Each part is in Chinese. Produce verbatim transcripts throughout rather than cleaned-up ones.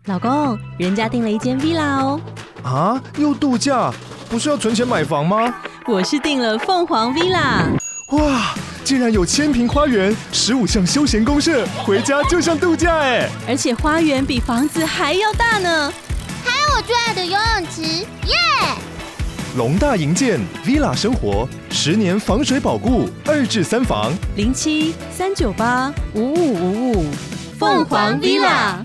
老公，人家订了一间 villa 哦。 啊，又度假？不是要存钱买房吗？ 我是订了凤凰 villa。 哇，竟然有千坪花园，十五项休闲公设，回家就像度假哎！ 而且花园比房子还要大呢。 还有我最爱的游泳池，耶！ 龙大营建 villa 生活，十年防水保固，二至三房， 零七三九八五五五五，凤凰 villa。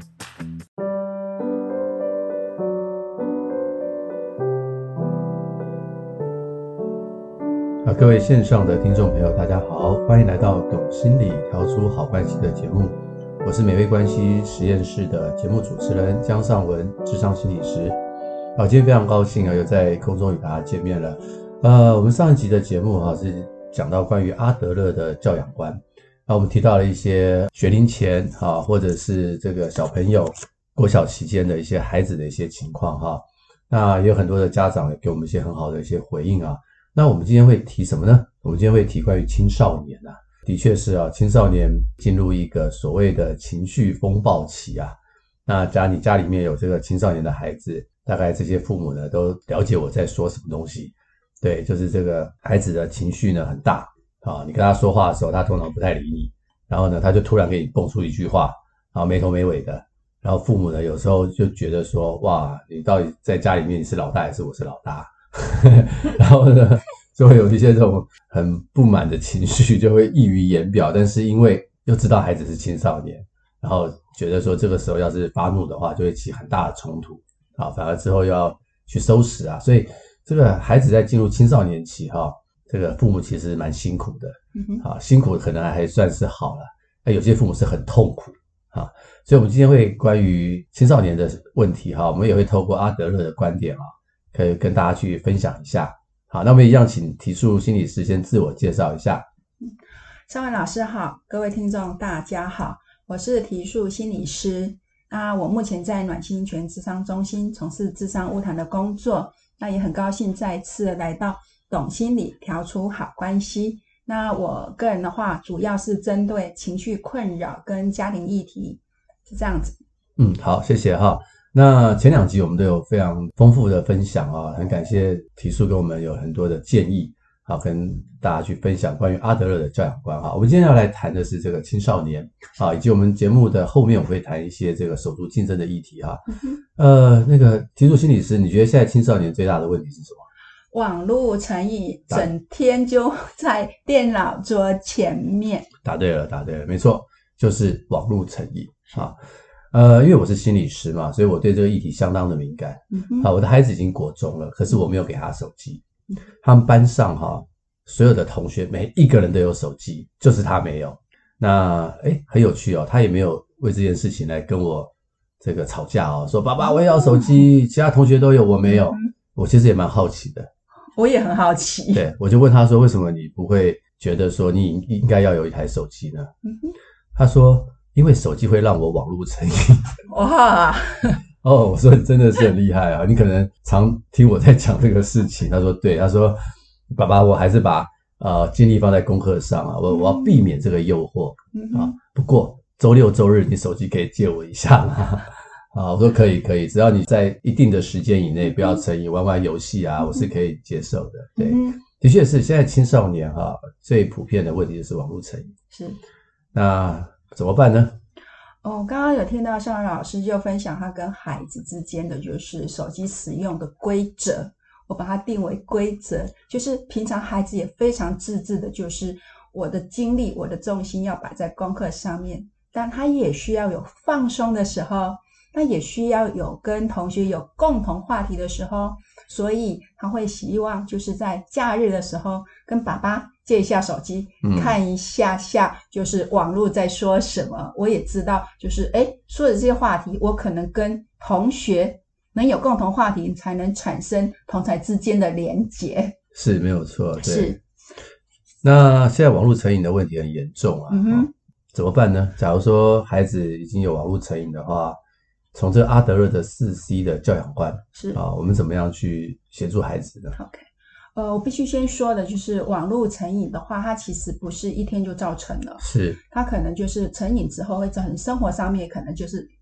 啊，各位线上的听众朋友，大家好，欢迎来到懂心理调出好关系的节目，我是美味关系实验室的节目主持人江尚文，智商心理师。好，今天非常高兴啊，又在空中与大家见面了。呃，我们上一集的节目哈、啊、是讲到关于阿德勒的教养观，那我们提到了一些学龄前啊，或者是这个小朋友国小期间的一些孩子的一些情况哈、啊。那也有很多的家长也给我们一些很好的一些回应啊。那我们今天会提什么呢？我们今天会提关于青少年啊，的确是啊，青少年进入一个所谓的情绪风暴期啊。那假如你家里面有这个青少年的孩子，大概这些父母呢都了解我在说什么东西。对，就是这个孩子的情绪呢很大啊，你跟他说话的时候，他通常不太理你，然后呢他就突然给你蹦出一句话，然后没头没尾的，然后父母呢有时候就觉得说，哇，你到底在家里面你是老大还是我是老大？然后呢就会有一些这种很不满的情绪，就会溢于言表，但是因为又知道孩子是青少年，然后觉得说这个时候要是发怒的话就会起很大的冲突啊，反而之后要去收拾啊，所以这个孩子在进入青少年期哈，这个父母其实蛮辛苦的啊，辛苦可能还算是好了，那有些父母是很痛苦啊，所以我们今天会关于青少年的问题哈，我们也会透过阿德勒的观点啊，可以跟大家去分享一下。好，那我们一样请提速心理师先自我介绍一下。 尚文老师好，各位听众大家好，我是提速心理师。那我目前在暖心全諮商中心从事諮商晤谈的工作，那也很高兴再次来到懂心理调出好关系。那我个人的话，主要是针对情绪困扰跟家庭议题，是这样子。 嗯，好，谢谢哈。那前两集我们都有非常丰富的分享啊，很感谢提速给我们有很多的建议，好跟大家去分享关于阿德勒的教养观哈。我们今天要来谈的是这个青少年啊，以及我们节目的后面我会谈一些这个手足竞争的议题哈。嗯、呃，那个提速心理师，你觉得现在青少年最大的问题是什么？ 网络成瘾，整天就在电脑桌前面。 答对了，答对了，没错，就是网络成瘾啊。呃，因为我是心理师嘛，所以我对这个议题相当的敏感。嗯、好，我的孩子已经国中了，可是我没有给他手机。嗯、他们班上哈，所有的同学每一个人都有手机，就是他没有。那诶很有趣哦，他也没有为这件事情来跟我这个吵架哦，说爸爸我也要手机，其他同学都有我没有。嗯、我其实也蛮好奇的。 我也很好奇。 对，我就问他说，为什么你不会觉得说你应该要有一台手机呢？嗯、他说，因为手机会让我网络成瘾。 哇！ 哦，我说你真的是很厉害啊！你可能常听我在讲这个事情。他说对，他说爸爸，我还是把呃精力放在功课上啊，我我要避免这个诱惑啊。不过周六周日你手机可以借我一下吗？啊，我说可以可以，只要你在一定的时间以内不要成瘾，玩玩游戏啊，我是可以接受的。对，的确是现在青少年哈、啊、最普遍的问题就是网络成瘾。 是， 那怎么办呢？ 哦，刚刚有听到尚文老师就分享他跟孩子之间的就是手机使用的规则，我把它定为规则，就是平常孩子也非常自制的，就是我的精力我的重心要摆在功课上面，但他也需要有放松的时候，他也需要有跟同学有共同话题的时候，所以他会希望就是在假日的时候跟爸爸借一下手机、嗯、看一下下就是网络在说什么，我也知道就是诶说的这些话题我可能跟同学能有共同话题，才能产生同侪之间的连结。 是没有错，对。 是。 那现在网络成瘾的问题很严重啊、 嗯哼哦、 怎么办呢？假如说孩子已经有网络成瘾的话，从这个阿德勒的四 C 的教养观是啊，我们怎么样去协助孩子呢？ OK， 呃，我必须先说的就是网络成瘾的话，它其实不是一天就造成了， 是它可能就是成瘾之后会造成生活上面可能就是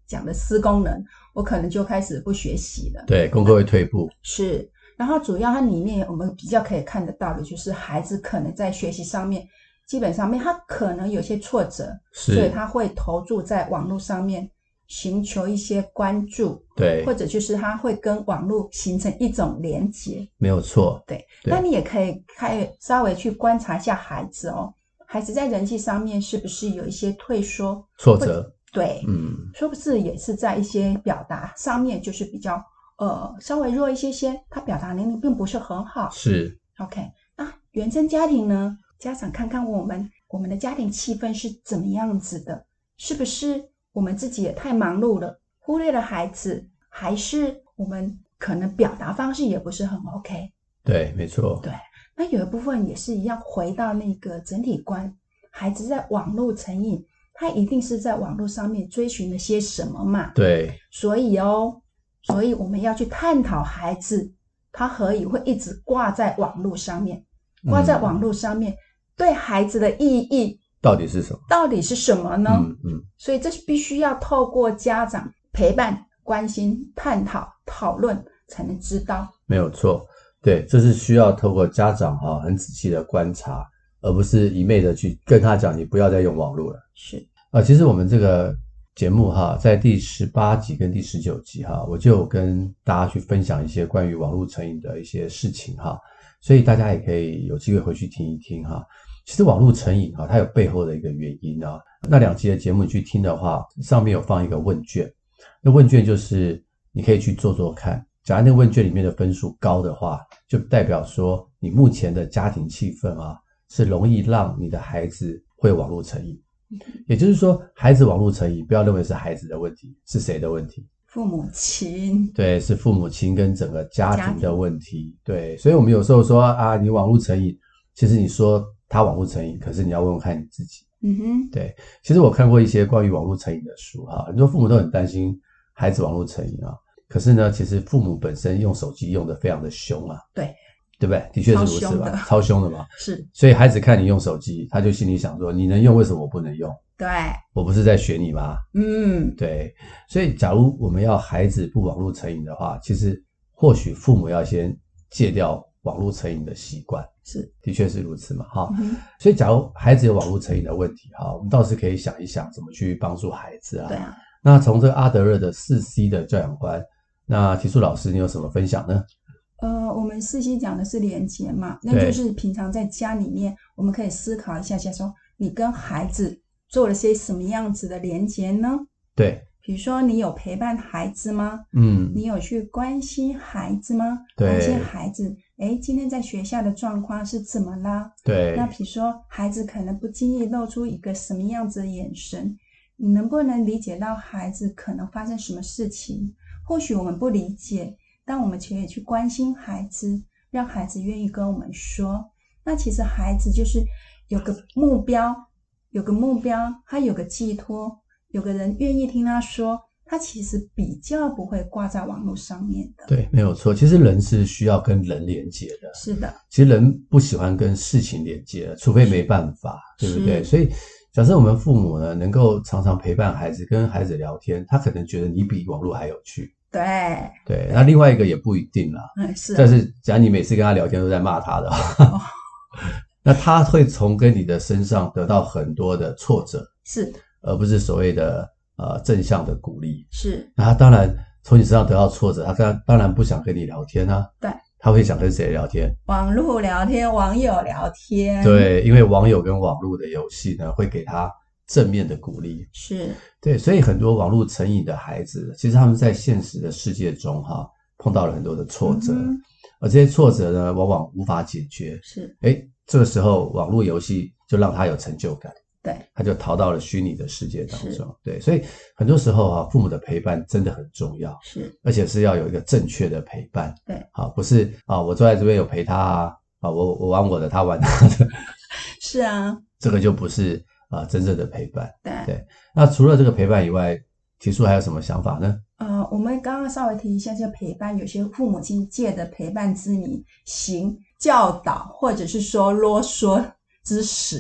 讲的思功能，我可能就开始不学习了。 对，功课会退步。 是，然后主要它里面我们比较可以看得到的就是孩子可能在学习上面，基本上面他可能有些挫折， 是， 所以他会投注在网络上面寻求一些关注， 对， 或者就是他会跟网络形成一种连结， 没有错。 对， 对， 那你也可以开稍微去观察一下孩子哦，孩子在人际上面是不是有一些退缩、 挫折？ 对， 嗯， 说不是也是在一些表达上面就是比较呃稍微弱一些些，他表达能力并不是很好。 是 OK， 那原生家庭呢？家长看看我们我们的家庭气氛是怎么样子的，是不是我们自己也太忙碌了，忽略了孩子，还是我们可能表达方式也不是很 OK？ 对，没错。 对，那有一部分也是一样，回到那个整体观，孩子在网络成瘾，他一定是在网络上面追寻了些什么嘛？ 对， 所以哦，所以我们要去探讨孩子他何以会一直挂在网络上面，挂在网络上面、嗯、对孩子的意义到底是什么？ 到底是什么呢？ 嗯嗯， 所以这必须要透过家长陪伴、关心、探讨、讨论才能知道。 没有错，对，这是需要透过家长哈、啊、很仔细的观察，而不是一昧的去跟他讲你不要再用网络了。 是啊、呃，其实我们这个节目哈，在第十八集跟第十九集哈，我就有跟大家去分享一些关于网络成瘾的一些事情哈，所以大家也可以有机会回去听一听哈。其实网络成瘾哈，它有背后的一个原因啊。那两集的节目你去听的话，上面有放一个问卷，那问卷就是你可以去做做看。假如那个问卷里面的分数高的话，就代表说你目前的家庭气氛啊，是容易让你的孩子会网络成瘾。也就是说，孩子网络成瘾，不要认为是孩子的问题，是谁的问题？ 父母亲。 对，是父母亲跟整个家庭的问题。对，所以我们有时候说啊，你网络成瘾，其实你说他网络成瘾，可是你要问问看你自己。 嗯哼， 对，其实我看过一些关于网络成瘾的书哈，很多父母都很担心孩子网络成瘾啊。可是呢，其实父母本身用手机用得非常的凶啊。 对。 对不对？的确是如此吧，超凶的嘛。 是， 所以孩子看你用手机，他就心里想说：你能用，为什么我不能用？ 对， 我不是在学你吗？ 嗯， 对。所以，假如我们要孩子不网络成瘾的话，其实或许父母要先戒掉网络成瘾的习惯。 是， 的确是如此嘛，哈、 嗯。 所以，假如孩子有网络成瘾的问题，哈，我们倒是可以想一想怎么去帮助孩子啊。 对啊。 那从这个阿德勒的四 C 的教养观，那提出老师，你有什么分享呢？ 呃，我们四 C 讲的是连结嘛，那就是平常在家里面，我们可以思考一下，下说你跟孩子做了些什么样子的连结呢？ 对， 比如说你有陪伴孩子吗？ 嗯， 你有去关心孩子吗？ 对， 关心孩子，诶，今天在学校的状况是怎么啦？ 对， 那比如说孩子可能不经意露出一个什么样子的眼神，你能不能理解到孩子可能发生什么事情？或许我们不理解。但我们可以去关心孩子，让孩子愿意跟我们说。那其实孩子就是有个目标，有个目标，他有个寄托，有个人愿意听他说，他其实比较不会挂在网络上面的。 对，没有错。其实人是需要跟人连接的。 是的。 其实人不喜欢跟事情连接的，除非没办法，对不对？所以假设我们父母呢，能够常常陪伴孩子，跟孩子聊天，他可能觉得你比网络还有趣。 对对，那另外一个也不一定啦。 嗯，是、啊。 但是，假如你每次跟他聊天都在骂他的话，哦、那他会从跟你的身上得到很多的挫折， 是， 而不是所谓的呃正向的鼓励。 是。 那他当然从你身上得到挫折，他当当然不想跟你聊天啊。 对。 他会想跟谁聊天？ 网络聊天，网友聊天。 对，因为网友跟网络的游戏呢，会给他正面的鼓励。 是。 对，所以很多网络成瘾的孩子，其实他们在现实的世界中哈，碰到了很多的挫折，嗯、而这些挫折呢，往往无法解决。 是， 诶，这个时候网络游戏就让他有成就感， 对， 他就逃到了虚拟的世界当中。对，所以很多时候啊，父母的陪伴真的很重要， 是，而且是要有一个正确的陪伴。 对， 好，不是啊，我坐在这边有陪他啊，啊，我我玩我的，他玩他的。 是啊， 这个就不是。啊，真正的陪伴。 对对，那除了这个陪伴以外，提出还有什么想法呢？ 呃，我们刚刚稍微提一下，这个陪伴，有些父母亲借的陪伴之名行教导，或者是说啰嗦之实，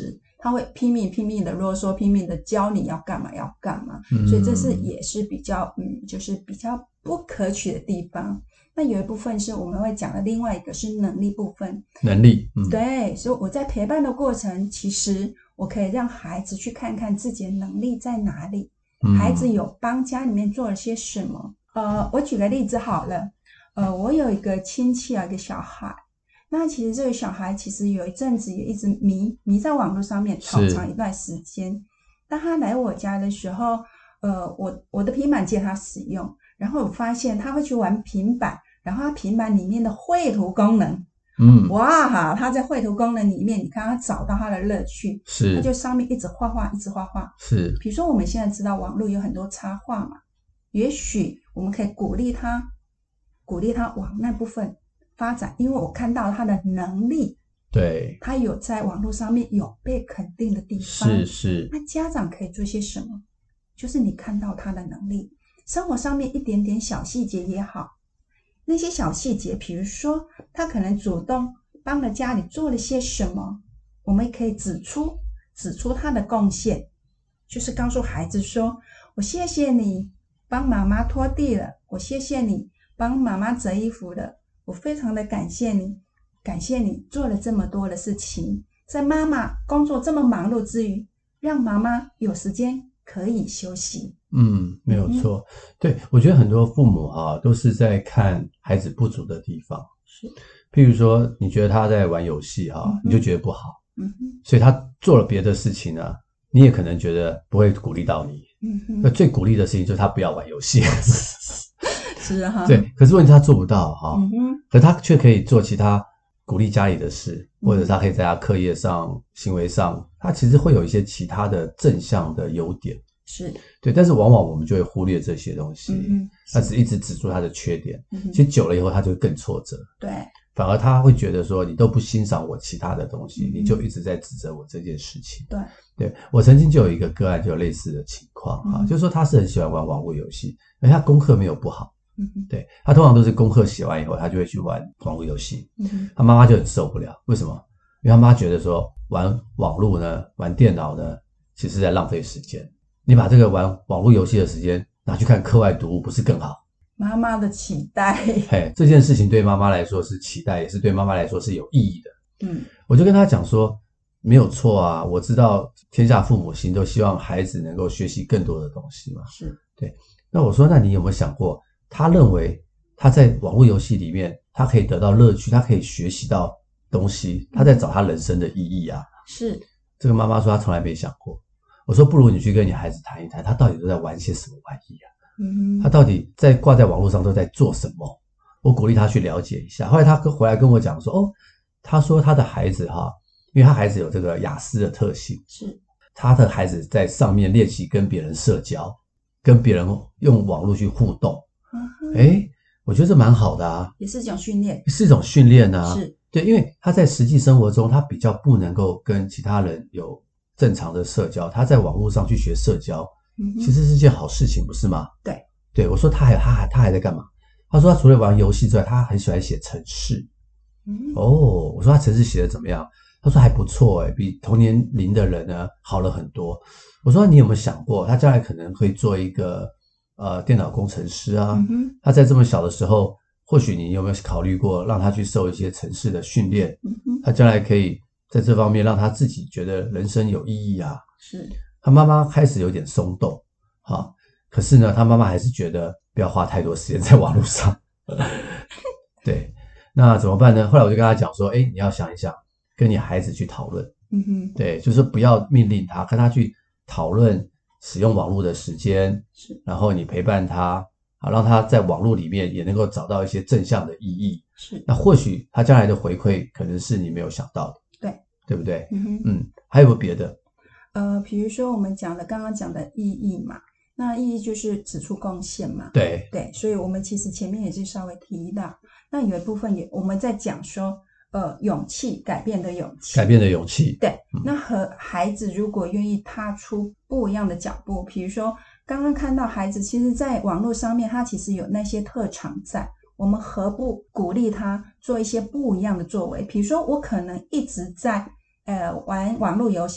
他会拼命拼命的啰嗦，拼命的教你要干嘛要干嘛， 嗯、 所以这是也是比较嗯，就是比较不可取的地方。那有一部分是我们会讲的，另外一个是能力部分。 能力，嗯， 对，所以我在陪伴的过程，其实我可以让孩子去看看自己的能力在哪里， 嗯、 孩子有帮家里面做了些什么。呃，我举个例子好了，呃，我有一个亲戚啊，一个小孩。那其实这个小孩其实有一阵子也一直迷迷在网络上面好长一段时间。当他来我家的时候，呃，我我的平板借他使用，然后我发现他会去玩平板，然后他平板里面的绘图功能，嗯，哇哈，他在绘图功能里面，你看他找到他的乐趣， 是， 他就上面一直画画，一直画画， 是。 比如说我们现在知道网络有很多插画嘛，也许我们可以鼓励他，鼓励他往那部分发展，因为我看到他的能力， 对， 他有在网络上面有被肯定的地方， 是是。 那家长可以做些什么？就是你看到他的能力，生活上面一点点小细节也好，那些小细节，比如说他可能主动帮了家里做了些什么，我们也可以指出指出他的贡献，就是告诉孩子说，我谢谢你帮妈妈拖地了，我谢谢你帮妈妈折衣服了，我非常的感谢你，感谢你做了这么多的事情，在妈妈工作这么忙碌之余，让妈妈有时间可以休息。 嗯，没有错。嗯、对，我觉得很多父母哈、啊、都是在看孩子不足的地方。 是，譬如说你觉得他在玩游戏哈、啊嗯，你就觉得不好。嗯哼，所以他做了别的事情呢、啊，你也可能觉得不会鼓励到你。嗯哼，那最鼓励的事情就是他不要玩游戏。 是啊， 对，可是问题他做不到哈、 嗯哼， 可他却可以做其他鼓励家里的事，或者他可以在他课业上、行为上，他其实会有一些其他的正向的优点。 是， 对，但是往往我们就会忽略这些东西， 嗯、 他只一直指出他的缺点、嗯，其实久了以后他就会更挫折。 对， 反而他会觉得说你都不欣赏我其他的东西，嗯、你就一直在指责我这件事情。 对， 对，我曾经就有一个个案就有类似的情况哈、嗯，就是说他是很喜欢玩网络游戏，而他功课没有不好。嗯，对，他通常都是功课写完以后，他就会去玩网络游戏。嗯，他妈妈就很受不了，为什么？因为他妈觉得说玩网络呢，玩电脑呢，其实在浪费时间。你把这个玩网络游戏的时间拿去看课外读物，不是更好？ 妈妈的期待， 嘿，这件事情对妈妈来说是期待，也是对妈妈来说是有意义的。 嗯， 我就跟他讲说，没有错啊，我知道天下父母心都希望孩子能够学习更多的东西嘛。 是， 对。那我说，那你有没有想过？他认为他在网络游戏里面，他可以得到乐趣，他可以学习到东西，他在找他人生的意义啊。 是， 这个妈妈说她从来没想过。我说不如你去跟你孩子谈一谈，他到底都在玩些什么玩意啊？嗯，他到底在挂在网络上都在做什么？我鼓励他去了解一下。后来他回来跟我讲说，哦，他说他的孩子哈，因为他孩子有这个雅思的特性， 是他的孩子在上面练习跟别人社交，跟别人用网络去互动。哎，我觉得这蛮好的啊， 也是一种训练， 是一种训练啊。 是， 对，因为他在实际生活中，他比较不能够跟其他人有正常的社交，他在网络上去学社交，嗯、其实是件好事情，不是吗？ 对， 对，我说他还他还他还在干嘛？他说他除了玩游戏之外，他很喜欢写程式。嗯，哦，我说他程式写的怎么样？他说还不错，诶，比同年龄的人呢好了很多。我说你有没有想过，他将来可能会做一个呃电脑工程师啊？嗯、他在这么小的时候，或许你有没有考虑过让他去受一些程式的训练？嗯、他将来可以在这方面让他自己觉得人生有意义啊。 是， 他妈妈开始有点松动，哈，可是呢，他妈妈还是觉得不要花太多时间在网络上。对，那怎么办呢？后来我就跟他讲说，哎，你要想一想，跟你孩子去讨论。嗯哼，对，就是不要命令他，跟他去讨论使用网络的时间，是，然后你陪伴他，好，让他在网络里面也能够找到一些正向的意义。是，那或许他将来的回馈可能是你没有想到的。 对， 对不对？嗯哼，嗯，还有没有别的？ 呃，比如说我们讲的刚刚讲的意义嘛，那意义就是指出贡献嘛。 对对，所以我们其实前面也是稍微提到，那有一部分也我们在讲说，呃，勇气，改变的勇气， 改变的勇气。 对，嗯、那和孩子如果愿意踏出不一样的脚步，比如说刚刚看到孩子，其实在网络上面，他其实有那些特长在。我们何不鼓励他做一些不一样的作为？比如说，我可能一直在呃玩网络游戏，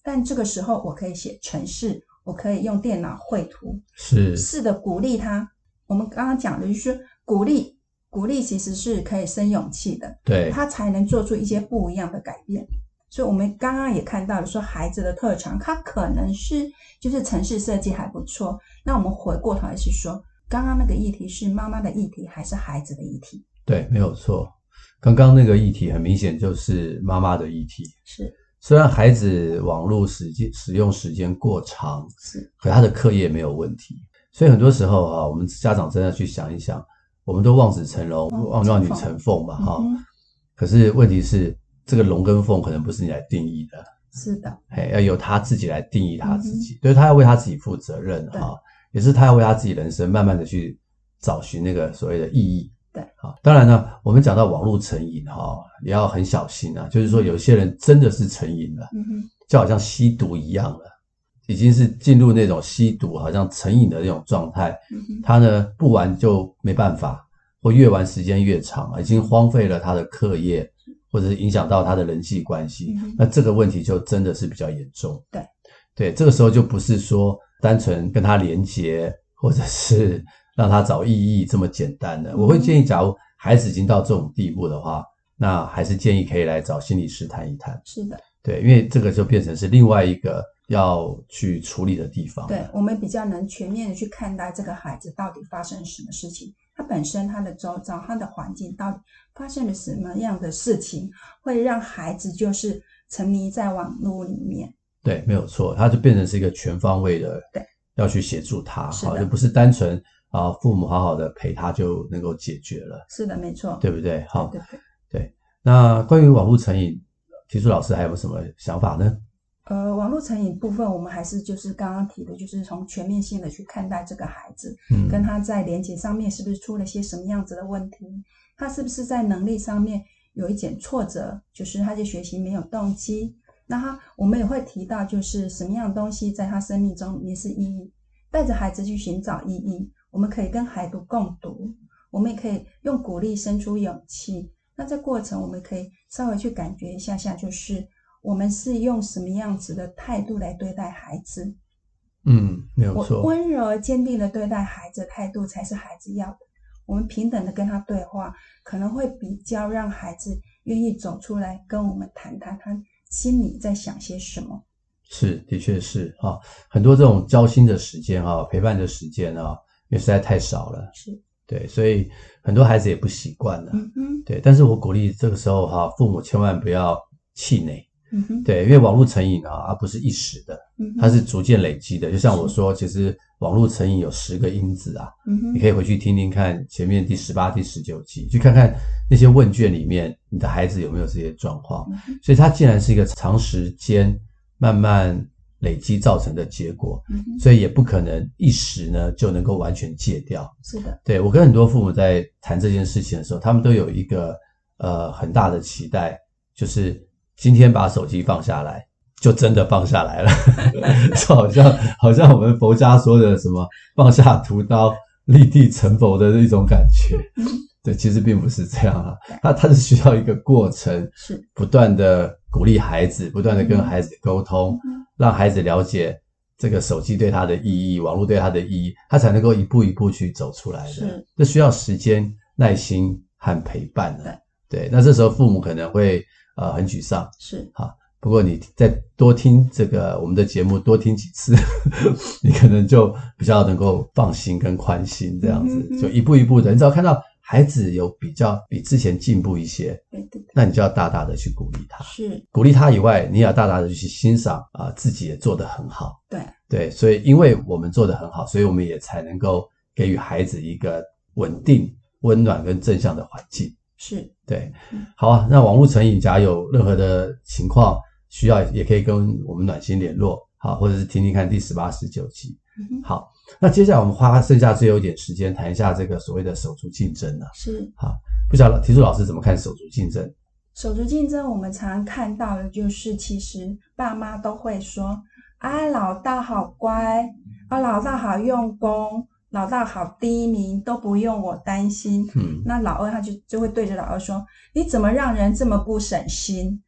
但这个时候我可以写程式，我可以用电脑绘图， 是是的，鼓励他。我们刚刚讲的就是鼓励，鼓励其实是可以生勇气的， 对， 他才能做出一些不一样的改变。所以我们刚刚也看到了说孩子的特长，他可能是就是程式设计还不错，那我们回过头来是说刚刚那个议题是妈妈的议题还是孩子的议题？ 对，没有错。刚刚那个议题很明显就是妈妈的议题， 是虽然孩子网络时间使用时间过长， 是， 可他的课业没有问题。所以很多时候啊，我们家长真的去想一想，我们都望子成龙，望望女成凤嘛哈、嗯。可是问题是，这个龙跟凤可能不是你来定义的， 是的， 嘿，要由他自己来定义他自己，所以、嗯、他要为他自己负责任哈，也是他要为他自己人生慢慢的去找寻那个所谓的意义。 对， 好，当然呢，我们讲到网络成瘾哈，也要很小心啊，就是说有些人真的是成瘾了，嗯哼，就好像吸毒一样了。已经是进入那种吸毒好像成瘾的那种状态、嗯、他呢不玩就没办法，或越玩时间越长，已经荒废了他的课业，或者是影响到他的人际关系、嗯、那这个问题就真的是比较严重。 对对，这个时候就不是说单纯跟他连结或者是让他找意义这么简单的、嗯、我会建议假如孩子已经到这种地步的话，那还是建议可以来找心理师谈一谈。 是的， 对，因为这个就变成是另外一个要去处理的地方。 对，我们比较能全面的去看待这个孩子到底发生什么事情，他本身他的周遭他的环境到底发生了什么样的事情，会让孩子就是沉迷在网络里面。 对，没有错，他就变成是一个全方位的， 对， 要去协助他，好，就不是单纯啊父母好好的陪他就能够解决了。 是的，没错， 对不对？好， 对对对, 对。那关于网络成瘾，提出老师还有什么想法呢？ 呃，网络成瘾部分，我们还是就是刚刚提的，就是从全面性的去看待这个孩子，嗯，跟他在连结上面是不是出了些什么样子的问题，他是不是在能力上面有一点挫折，就是他在学习没有动机。那他我们也会提到，就是什么样的东西在他生命中也是意义，带着孩子去寻找意义。我们可以跟孩子共读，我们也可以用鼓励生出勇气。那这过程我们可以稍微去感觉一下下，就是我们是用什么样子的态度来对待孩子。 嗯，没有错， 我温柔而坚定的对待孩子的态度才是孩子要的。我们平等的跟他对话，可能会比较让孩子愿意走出来跟我们谈谈他心里在想些什么。 是，的确是哈，很多这种交心的时间哈，陪伴的时间啊，因为实在太少了。 是， 对，所以很多孩子也不习惯了。 嗯哼， 对，但是我鼓励这个时候哈，父母千万不要气馁。 嗯哼， 对，因为网络成瘾啊，它不是一时的，嗯，它是逐渐累积的。就像我说，其实网络成瘾有十个因子啊，嗯哼，你可以回去听听看前面第十八、第十九集，去看看那些问卷里面你的孩子有没有这些状况。嗯，所以它既然是一个长时间慢慢累积造成的结果，嗯，所以也不可能一时呢就能够完全戒掉。 是的， 对，我跟很多父母在谈这件事情的时候，他们都有一个呃很大的期待，就是今天把手机放下来，就真的放下来了，就好像好像我们佛家说的什么放下屠刀，立地成佛的一种感觉。对，其实并不是这样啊，它它是需要一个过程， 是不断的鼓励孩子，不断的跟孩子沟通，嗯，让孩子了解这个手机对他的意义，网络对他的意义，他才能够一步一步去走出来的。 是， 这需要时间、耐心和陪伴的。对，对，那这时候父母可能会呃很沮丧， 是好，不过你再多听这个我们的节目，多听几次，你可能就比较能够放心跟宽心，这样子，嗯，就一步一步的，你只要看到孩子有比较比之前进步一些， 对对对， 那你就要大大的去鼓励他， 是鼓励他以外，你也要大大的去欣赏啊，呃，自己也做得很好， 对对，所以因为我们做得很好，所以我们也才能够给予孩子一个稳定、温暖跟正向的环境。 是， 对，好啊。那网络成瘾，假如有任何的情况需要，也可以跟我们暖心联络，好，或者是听听看第十八、十九集。嗯，好，那接下来我们花剩下最后一点时间谈一下这个所谓的手足竞争啊。 是， 好，不晓得提出老师怎么看手足竞争？ 手足竞争，我们常常看到的就是，其实爸妈都会说，啊，老大好乖，啊，老大好用功。老大好第一名，都不用我担心。嗯，那老二他就就会对着老二说：“你怎么让人这么不省心？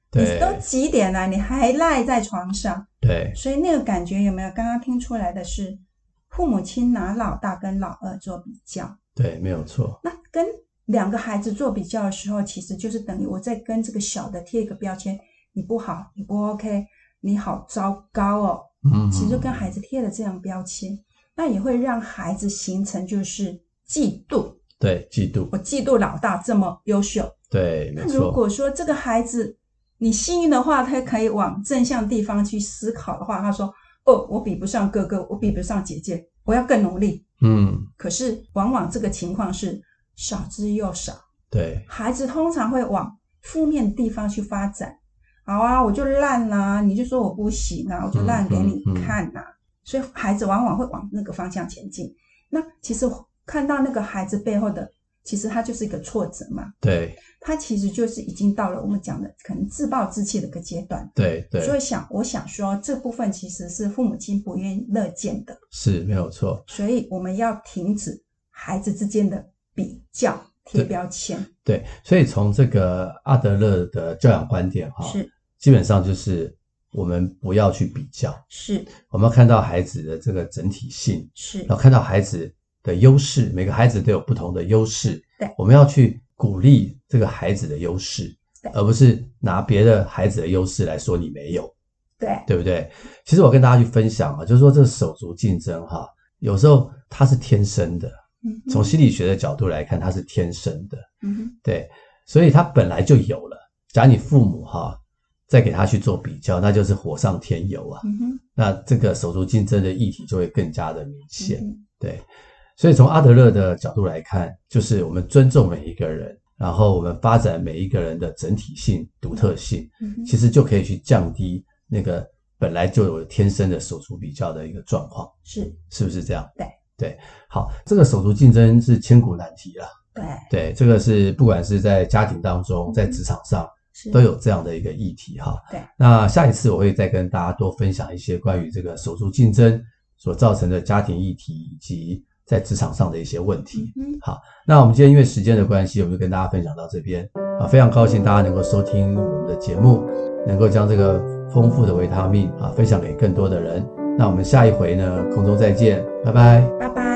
你都几点了，你还赖在床上。 对， 所以那个感觉有没有刚刚听出来的是父母亲拿老大跟老二做比较。 对，没有错。 那跟两个孩子做比较的时候，其实就是等于我在跟这个小的贴一个标签，你不好，你不 OK， 你好糟糕哦。嗯，其实就跟孩子贴了这样标签，那也会让孩子形成就是嫉妒。 对，嫉妒， 我嫉妒老大这么优秀。 对，没错。 那如果说这个孩子你幸运的话，他可以往正向地方去思考的话，他说哦，我比不上哥哥，我比不上姐姐，我要更努力。嗯，可是往往这个情况是少之又少。 对， 孩子通常会往负面的地方去发展。好啊，我就烂啊，你就说我不行啊，我就烂给你看啊。嗯嗯嗯，所以孩子往往会往那个方向前进。那其实看到那个孩子背后的，其实他就是一个挫折嘛。 对， 他其实就是已经到了我们讲的可能自暴自弃的一个阶段。 对对， 所以想我想说这部分其实是父母亲不愿意乐见的。 是，没有错。 所以我们要停止孩子之间的比较贴标签。 对，对，所以从这个阿德勒的教养观点哈， 是基本上就是我们不要去比较， 是我们要看到孩子的这个整体性， 是然后看到孩子的优势，每个孩子都有不同的优势。 对， 我们要去鼓励这个孩子的优势，而不是拿别的孩子的优势来说你没有。 对， 对不对？其实我跟大家去分享啊，就是说这个手足竞争哈，有时候它是天生的，嗯，从心理学的角度来看，它是天生的，嗯，对，所以它本来就有了。假如你父母哈再给他去做比较，那就是火上添油啊，嗯哼，那这个手足竞争的议题就会更加的明显，嗯，对。所以从阿德勒的角度来看，就是我们尊重每一个人，然后我们发展每一个人的整体性、独特性，嗯，其实就可以去降低那个本来就有天生的手足比较的一个状况。 是， 是不是这样？ 对对。好，这个手足竞争是千古难题啦。 对对，这个是不管是在家庭当中，在职场上都有这样的一个议题哈。 对。 那下一次我会再跟大家多分享一些关于这个手足竞争所造成的家庭议题以及在职场上的一些问题。嗯，好，那我们今天因为时间的关系，我们就跟大家分享到这边啊，非常高兴大家能够收听我们的节目，能够将这个丰富的维他命啊分享给更多的人。那我们下一回呢，空中再见，拜拜， 拜拜。